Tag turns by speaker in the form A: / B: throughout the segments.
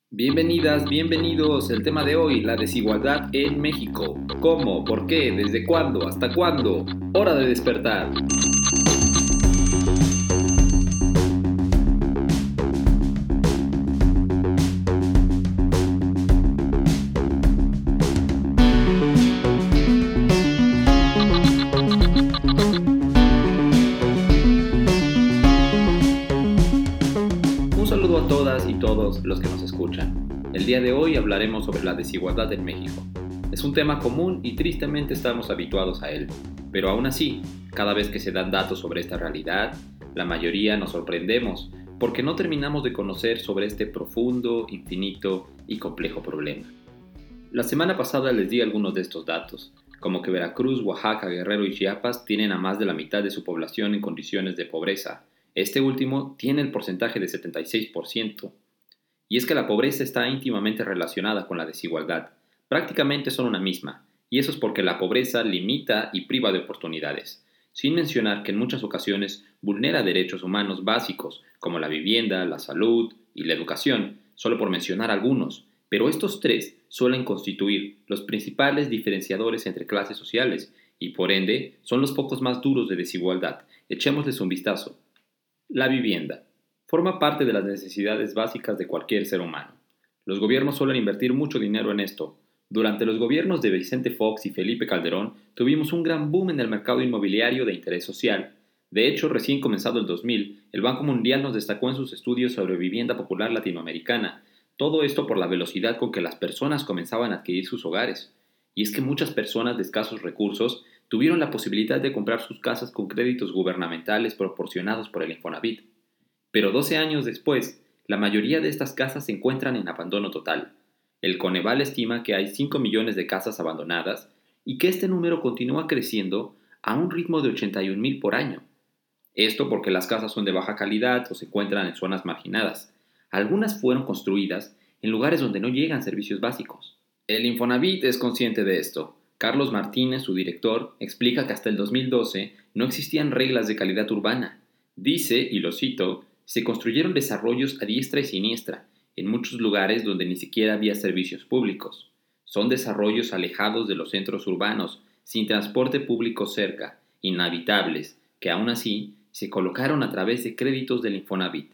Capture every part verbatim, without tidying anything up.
A: Bienvenidas, bienvenidos. El tema de hoy, la desigualdad en México. ¿Cómo? ¿Por qué? ¿Desde cuándo? ¿Hasta cuándo? Hora de despertar. Un saludo a todas y todos los que nos escuchan. El día de hoy hablaremos sobre la desigualdad en México. Es un tema común y tristemente estamos habituados a él, pero aún así, cada vez que se dan datos sobre esta realidad, la mayoría nos sorprendemos porque no terminamos de conocer sobre este profundo, infinito y complejo problema. La semana pasada les di algunos de estos datos, como que Veracruz, Oaxaca, Guerrero y Chiapas tienen a más de la mitad de su población en condiciones de pobreza. Este último tiene el porcentaje de setenta y seis por ciento. Y es que la pobreza está íntimamente relacionada con la desigualdad. Prácticamente son una misma, y eso es porque la pobreza limita y priva de oportunidades, sin mencionar que en muchas ocasiones vulnera derechos humanos básicos, como la vivienda, la salud y la educación, solo por mencionar algunos. Pero estos tres suelen constituir los principales diferenciadores entre clases sociales, y por ende son los focos más duros de desigualdad. Echémosles un vistazo. La vivienda. Forma parte de las necesidades básicas de cualquier ser humano. Los gobiernos suelen invertir mucho dinero en esto. Durante los gobiernos de Vicente Fox y Felipe Calderón tuvimos un gran boom en el mercado inmobiliario de interés social. De hecho, recién comenzado el dos mil, el Banco Mundial nos destacó en sus estudios sobre vivienda popular latinoamericana. Todo esto por la velocidad con que las personas comenzaban a adquirir sus hogares. Y es que muchas personas de escasos recursos tuvieron la posibilidad de comprar sus casas con créditos gubernamentales proporcionados por el Infonavit. Pero doce años después, la mayoría de estas casas se encuentran en abandono total. El Coneval estima que hay cinco millones de casas abandonadas y que este número continúa creciendo a un ritmo de ochenta y un mil por año. Esto porque las casas son de baja calidad o se encuentran en zonas marginadas. Algunas fueron construidas en lugares donde no llegan servicios básicos. El Infonavit es consciente de esto. Carlos Martínez, su director, explica que hasta el dos mil doce no existían reglas de calidad urbana. Dice, y lo cito, se construyeron desarrollos a diestra y siniestra, en muchos lugares donde ni siquiera había servicios públicos. Son desarrollos alejados de los centros urbanos, sin transporte público cerca, inhabitables, que aún así se colocaron a través de créditos del Infonavit.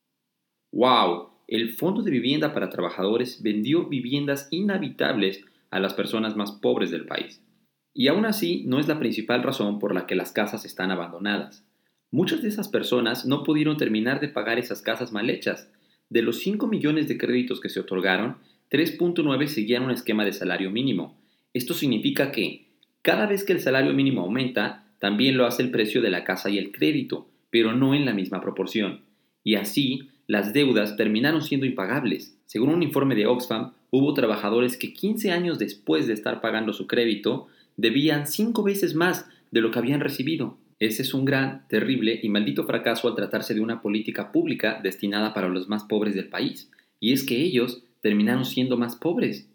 A: ¡Wow! El Fondo de Vivienda para Trabajadores vendió viviendas inhabitables a las personas más pobres del país. Y aún así no es la principal razón por la que las casas están abandonadas. Muchas de esas personas no pudieron terminar de pagar esas casas mal hechas. De los cinco millones de créditos que se otorgaron, tres punto nueve seguían un esquema de salario mínimo. Esto significa que, cada vez que el salario mínimo aumenta, también lo hace el precio de la casa y el crédito, pero no en la misma proporción. Y así, las deudas terminaron siendo impagables. Según un informe de Oxfam, hubo trabajadores que quince años después de estar pagando su crédito, debían cinco veces más de lo que habían recibido. Ese es un gran, terrible y maldito fracaso al tratarse de una política pública destinada para los más pobres del país. Y es que ellos terminaron siendo más pobres.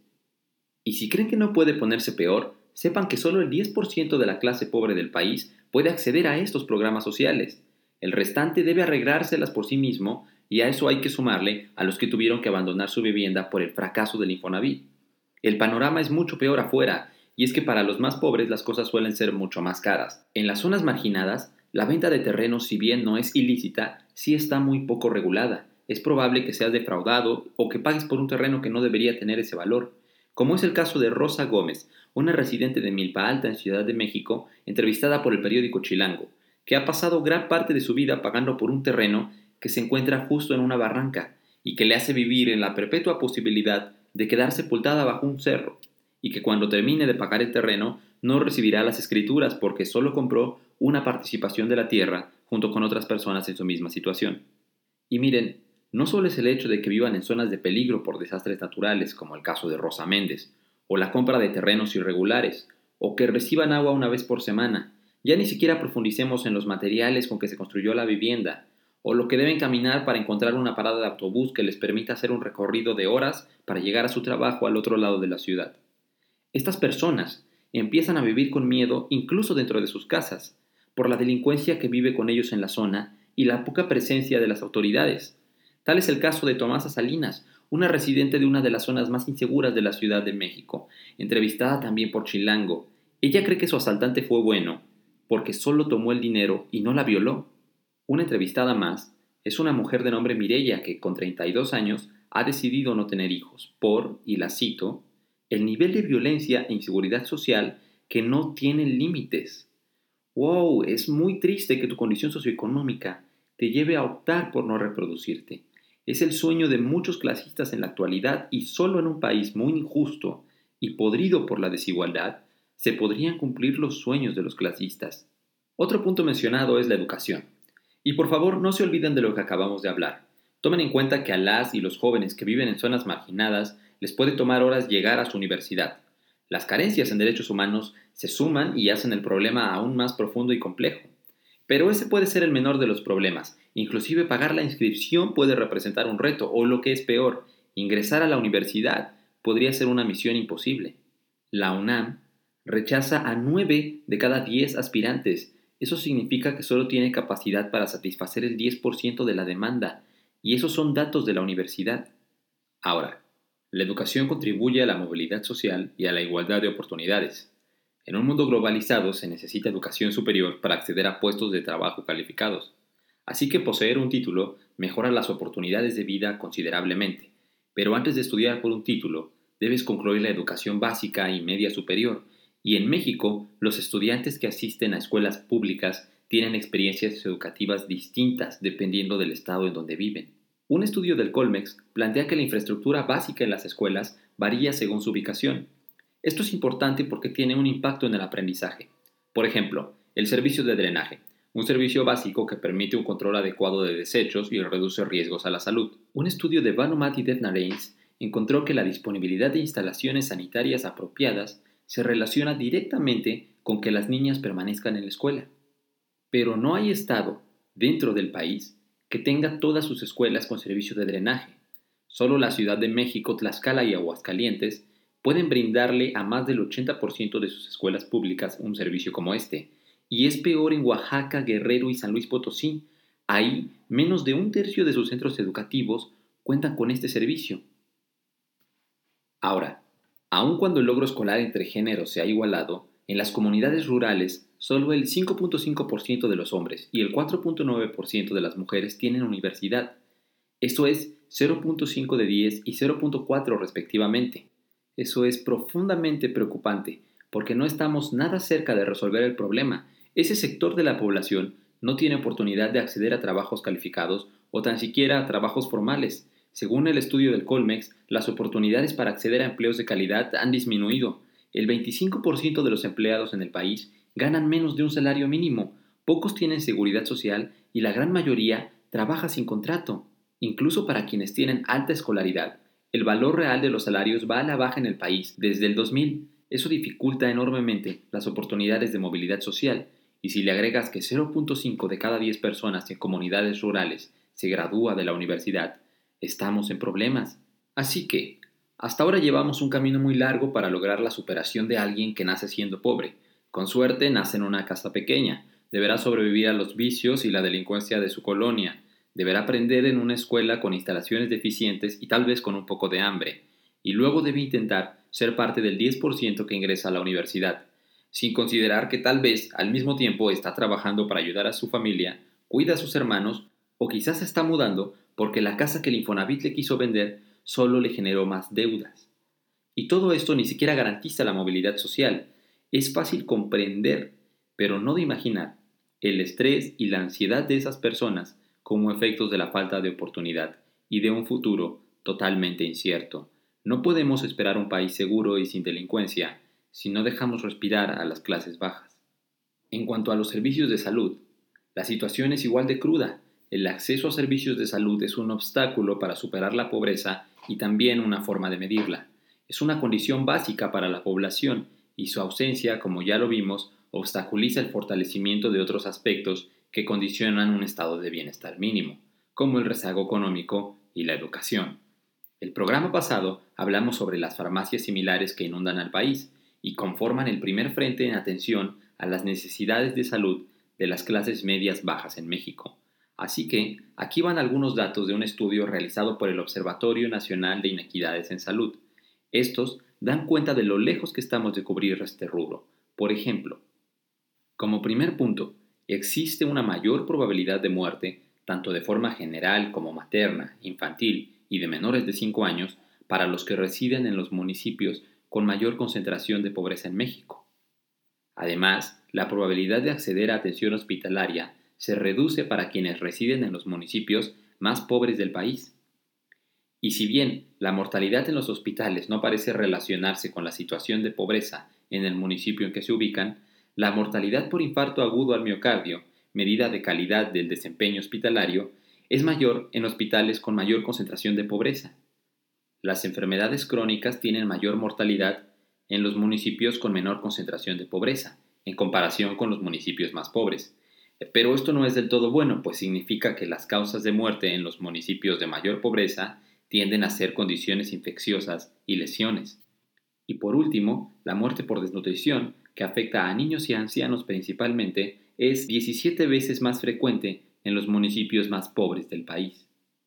A: Y si creen que no puede ponerse peor, sepan que solo el diez por ciento de la clase pobre del país puede acceder a estos programas sociales. El restante debe arreglárselas por sí mismo, y a eso hay que sumarle a los que tuvieron que abandonar su vivienda por el fracaso del Infonavit. El panorama es mucho peor afuera, y es que para los más pobres las cosas suelen ser mucho más caras. En las zonas marginadas, la venta de terrenos, si bien no es ilícita, sí está muy poco regulada. Es probable que seas defraudado o que pagues por un terreno que no debería tener ese valor, como es el caso de Rosa Gómez, una residente de Milpa Alta en Ciudad de México, entrevistada por el periódico Chilango, que ha pasado gran parte de su vida pagando por un terreno que se encuentra justo en una barranca y que le hace vivir en la perpetua posibilidad de quedar sepultada bajo un cerro, y que cuando termine de pagar el terreno no recibirá las escrituras porque solo compró una participación de la tierra junto con otras personas en su misma situación. Y miren, no solo es el hecho de que vivan en zonas de peligro por desastres naturales, como el caso de Rosa Méndez, o la compra de terrenos irregulares, o que reciban agua una vez por semana. Ya ni siquiera profundicemos en los materiales con que se construyó la vivienda, o lo que deben caminar para encontrar una parada de autobús que les permita hacer un recorrido de horas para llegar a su trabajo al otro lado de la ciudad. Estas personas empiezan a vivir con miedo incluso dentro de sus casas, por la delincuencia que vive con ellos en la zona y la poca presencia de las autoridades. Tal es el caso de Tomasa Salinas, una residente de una de las zonas más inseguras de la Ciudad de México, entrevistada también por Chilango. Ella cree que su asaltante fue bueno, porque solo tomó el dinero y no la violó. Una entrevistada más es una mujer de nombre Mireya que, con treinta y dos años, ha decidido no tener hijos por, y la cito, el nivel de violencia e inseguridad social que no tienen límites. Wow, es muy triste que tu condición socioeconómica te lleve a optar por no reproducirte. Es el sueño de muchos clasistas en la actualidad y solo en un país muy injusto y podrido por la desigualdad se podrían cumplir los sueños de los clasistas. Otro punto mencionado es la educación. Y por favor, no se olviden de lo que acabamos de hablar. Tomen en cuenta que a las y los jóvenes que viven en zonas marginadas les puede tomar horas llegar a su universidad. Las carencias en derechos humanos se suman y hacen el problema aún más profundo y complejo. Pero ese puede ser el menor de los problemas. Inclusive pagar la inscripción puede representar un reto, o lo que es peor, ingresar a la universidad podría ser una misión imposible. La UNAM rechaza a nueve de cada diez aspirantes. Eso significa que solo tiene capacidad para satisfacer el diez por ciento de la demanda, y esos son datos de la universidad. Ahora, la educación contribuye a la movilidad social y a la igualdad de oportunidades. En un mundo globalizado se necesita educación superior para acceder a puestos de trabajo calificados. Así que poseer un título mejora las oportunidades de vida considerablemente. Pero antes de estudiar por un título, debes concluir la educación básica y media superior. Y en México, los estudiantes que asisten a escuelas públicas tienen experiencias educativas distintas dependiendo del estado en donde viven. Un estudio del Colmex plantea que la infraestructura básica en las escuelas varía según su ubicación. Esto es importante porque tiene un impacto en el aprendizaje. Por ejemplo, el servicio de drenaje, un servicio básico que permite un control adecuado de desechos y reduce riesgos a la salud. Un estudio de Vanumat y Devnareins encontró que la disponibilidad de instalaciones sanitarias apropiadas se relaciona directamente con que las niñas permanezcan en la escuela. Pero no hay estado, dentro del país, que tenga todas sus escuelas con servicio de drenaje. Solo la Ciudad de México, Tlaxcala y Aguascalientes pueden brindarle a más del ochenta por ciento de sus escuelas públicas un servicio como este, y es peor en Oaxaca, Guerrero y San Luis Potosí. Ahí, menos de un tercio de sus centros educativos cuentan con este servicio. Ahora, aun cuando el logro escolar entre géneros se ha igualado, en las comunidades rurales solo el cinco punto cinco por ciento de los hombres y el cuatro punto nueve por ciento de las mujeres tienen universidad. Esto es cero punto cinco de diez y cero punto cuatro respectivamente. Eso es profundamente preocupante, porque no estamos nada cerca de resolver el problema. Ese sector de la población no tiene oportunidad de acceder a trabajos calificados o tan siquiera a trabajos formales. Según el estudio del Colmex, las oportunidades para acceder a empleos de calidad han disminuido. El veinticinco por ciento de los empleados en el país ganan menos de un salario mínimo, pocos tienen seguridad social y la gran mayoría trabaja sin contrato. Incluso para quienes tienen alta escolaridad, el valor real de los salarios va a la baja en el país desde el dos mil. Eso dificulta enormemente las oportunidades de movilidad social, y si le agregas que cero punto cinco de cada diez personas en comunidades rurales se gradúa de la universidad, estamos en problemas. Así que, hasta ahora llevamos un camino muy largo para lograr la superación de alguien que nace siendo pobre. Con suerte nace en una casa pequeña, deberá sobrevivir a los vicios y la delincuencia de su colonia, deberá aprender en una escuela con instalaciones deficientes y tal vez con un poco de hambre, y luego debe intentar ser parte del diez por ciento que ingresa a la universidad, sin considerar que tal vez al mismo tiempo está trabajando para ayudar a su familia, cuida a sus hermanos o quizás se está mudando porque la casa que el Infonavit le quiso vender solo le generó más deudas. Y todo esto ni siquiera garantiza la movilidad social. Es fácil comprender, pero no de imaginar, el estrés y la ansiedad de esas personas como efectos de la falta de oportunidad y de un futuro totalmente incierto. No podemos esperar un país seguro y sin delincuencia si no dejamos respirar a las clases bajas. En cuanto a los servicios de salud, la situación es igual de cruda. El acceso a servicios de salud es un obstáculo para superar la pobreza y también una forma de medirla. Es una condición básica para la población y su ausencia, como ya lo vimos, obstaculiza el fortalecimiento de otros aspectos que condicionan un estado de bienestar mínimo, como el rezago económico y la educación. El programa pasado hablamos sobre las farmacias similares que inundan al país y conforman el primer frente en atención a las necesidades de salud de las clases medias bajas en México. Así que aquí van algunos datos de un estudio realizado por el Observatorio Nacional de Inequidades en Salud. Estos dan cuenta de lo lejos que estamos de cubrir este rubro. Por ejemplo, como primer punto, existe una mayor probabilidad de muerte, tanto de forma general como materna, infantil y de menores de cinco años, para los que residen en los municipios con mayor concentración de pobreza en México. Además, la probabilidad de acceder a atención hospitalaria se reduce para quienes residen en los municipios más pobres del país. Y si bien la mortalidad en los hospitales no parece relacionarse con la situación de pobreza en el municipio en que se ubican, la mortalidad por infarto agudo al miocardio, medida de calidad del desempeño hospitalario, es mayor en hospitales con mayor concentración de pobreza. Las enfermedades crónicas tienen mayor mortalidad en los municipios con menor concentración de pobreza, en comparación con los municipios más pobres. Pero esto no es del todo bueno, pues significa que las causas de muerte en los municipios de mayor pobreza tienden a ser condiciones infecciosas y lesiones. Y por último, la muerte por desnutrición, que afecta a niños y ancianos principalmente, es diecisiete veces más frecuente en los municipios más pobres del país.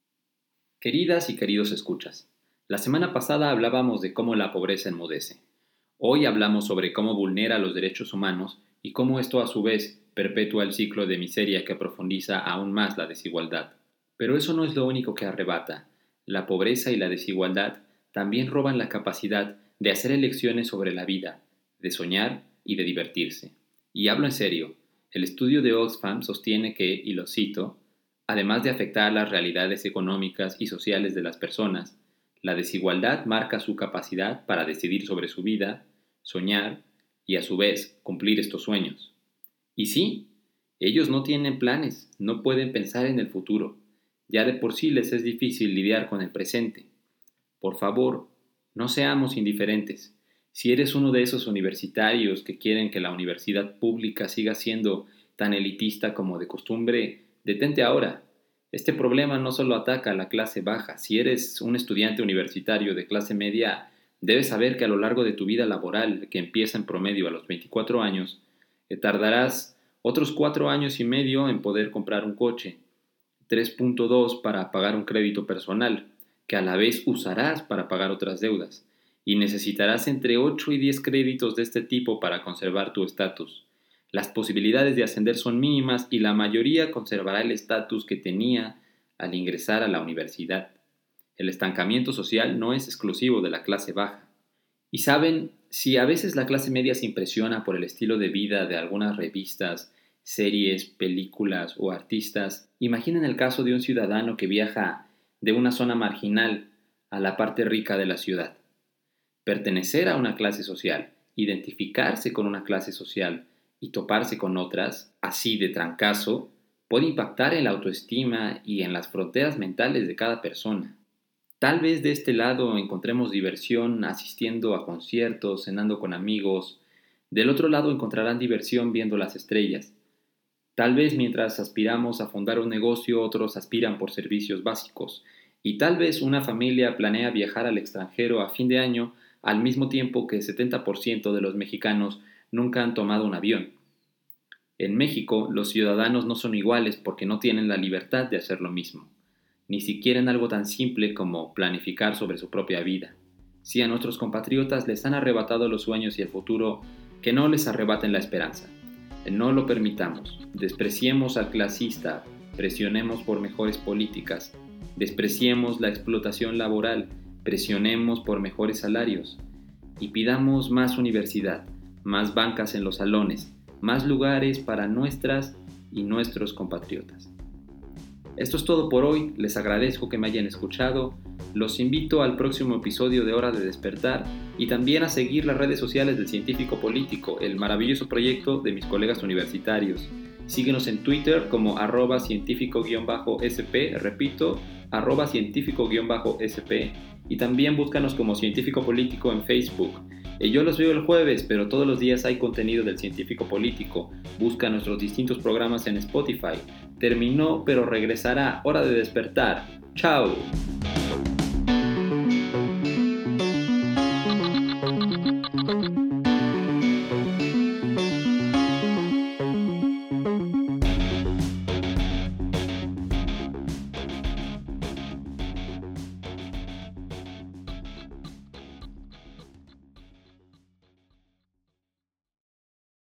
A: Queridas y queridos escuchas, la semana pasada hablábamos de cómo la pobreza enmudece. Hoy hablamos sobre cómo vulnera los derechos humanos y cómo esto a su vez perpetúa el ciclo de miseria que profundiza aún más la desigualdad. Pero eso no es lo único que arrebata. La pobreza y la desigualdad también roban la capacidad de hacer elecciones sobre la vida, de soñar y de divertirse. Y hablo en serio. El estudio de Oxfam sostiene que, y lo cito, además de afectar las realidades económicas y sociales de las personas, la desigualdad marca su capacidad para decidir sobre su vida, soñar y a su vez cumplir estos sueños. Y sí, ellos no tienen planes, no pueden pensar en el futuro. Ya de por sí les es difícil lidiar con el presente. Por favor, no seamos indiferentes. Si eres uno de esos universitarios que quieren que la universidad pública siga siendo tan elitista como de costumbre, detente ahora. Este problema no solo ataca a la clase baja. Si eres un estudiante universitario de clase media, debes saber que a lo largo de tu vida laboral, que empieza en promedio a los veinticuatro años, te tardarás otros cuatro años y medio en poder comprar un coche, tres punto dos para pagar un crédito personal, que a la vez usarás para pagar otras deudas, y necesitarás entre ocho y diez créditos de este tipo para conservar tu estatus. Las posibilidades de ascender son mínimas y la mayoría conservará el estatus que tenía al ingresar a la universidad. El estancamiento social no es exclusivo de la clase baja. Y saben, si a veces la clase media se impresiona por el estilo de vida de algunas revistas, series, películas o artistas, imaginen el caso de un ciudadano que viaja de una zona marginal a la parte rica de la ciudad. Pertenecer a una clase social, identificarse con una clase social y toparse con otras, así de trancazo, puede impactar en la autoestima y en las fronteras mentales de cada persona. Tal vez de este lado encontremos diversión asistiendo a conciertos, cenando con amigos. Del otro lado encontrarán diversión viendo las estrellas. Tal vez mientras aspiramos a fundar un negocio, otros aspiran por servicios básicos. Y tal vez una familia planea viajar al extranjero a fin de año al mismo tiempo que el setenta por ciento de los mexicanos nunca han tomado un avión. En México, los ciudadanos no son iguales porque no tienen la libertad de hacer lo mismo, ni siquiera en algo tan simple como planificar sobre su propia vida. Si a nuestros compatriotas les han arrebatado los sueños y el futuro, que no les arrebaten la esperanza. No lo permitamos. Despreciemos al clasista, presionemos por mejores políticas, despreciemos la explotación laboral, presionemos por mejores salarios y pidamos más universidad, más bancas en los salones, más lugares para nuestras y nuestros compatriotas. Esto es todo por hoy, les agradezco que me hayan escuchado, los invito al próximo episodio de Hora de Despertar y también a seguir las redes sociales del Científico Político, el maravilloso proyecto de mis colegas universitarios. Síguenos en Twitter como arroba científico-sp, repito, arroba científico-sp, y también búscanos como Científico Político en Facebook. Yo los veo el jueves, pero todos los días hay contenido del Científico Político. Busca nuestros distintos programas en Spotify. Terminó, pero regresará. Hora de despertar. ¡Chao!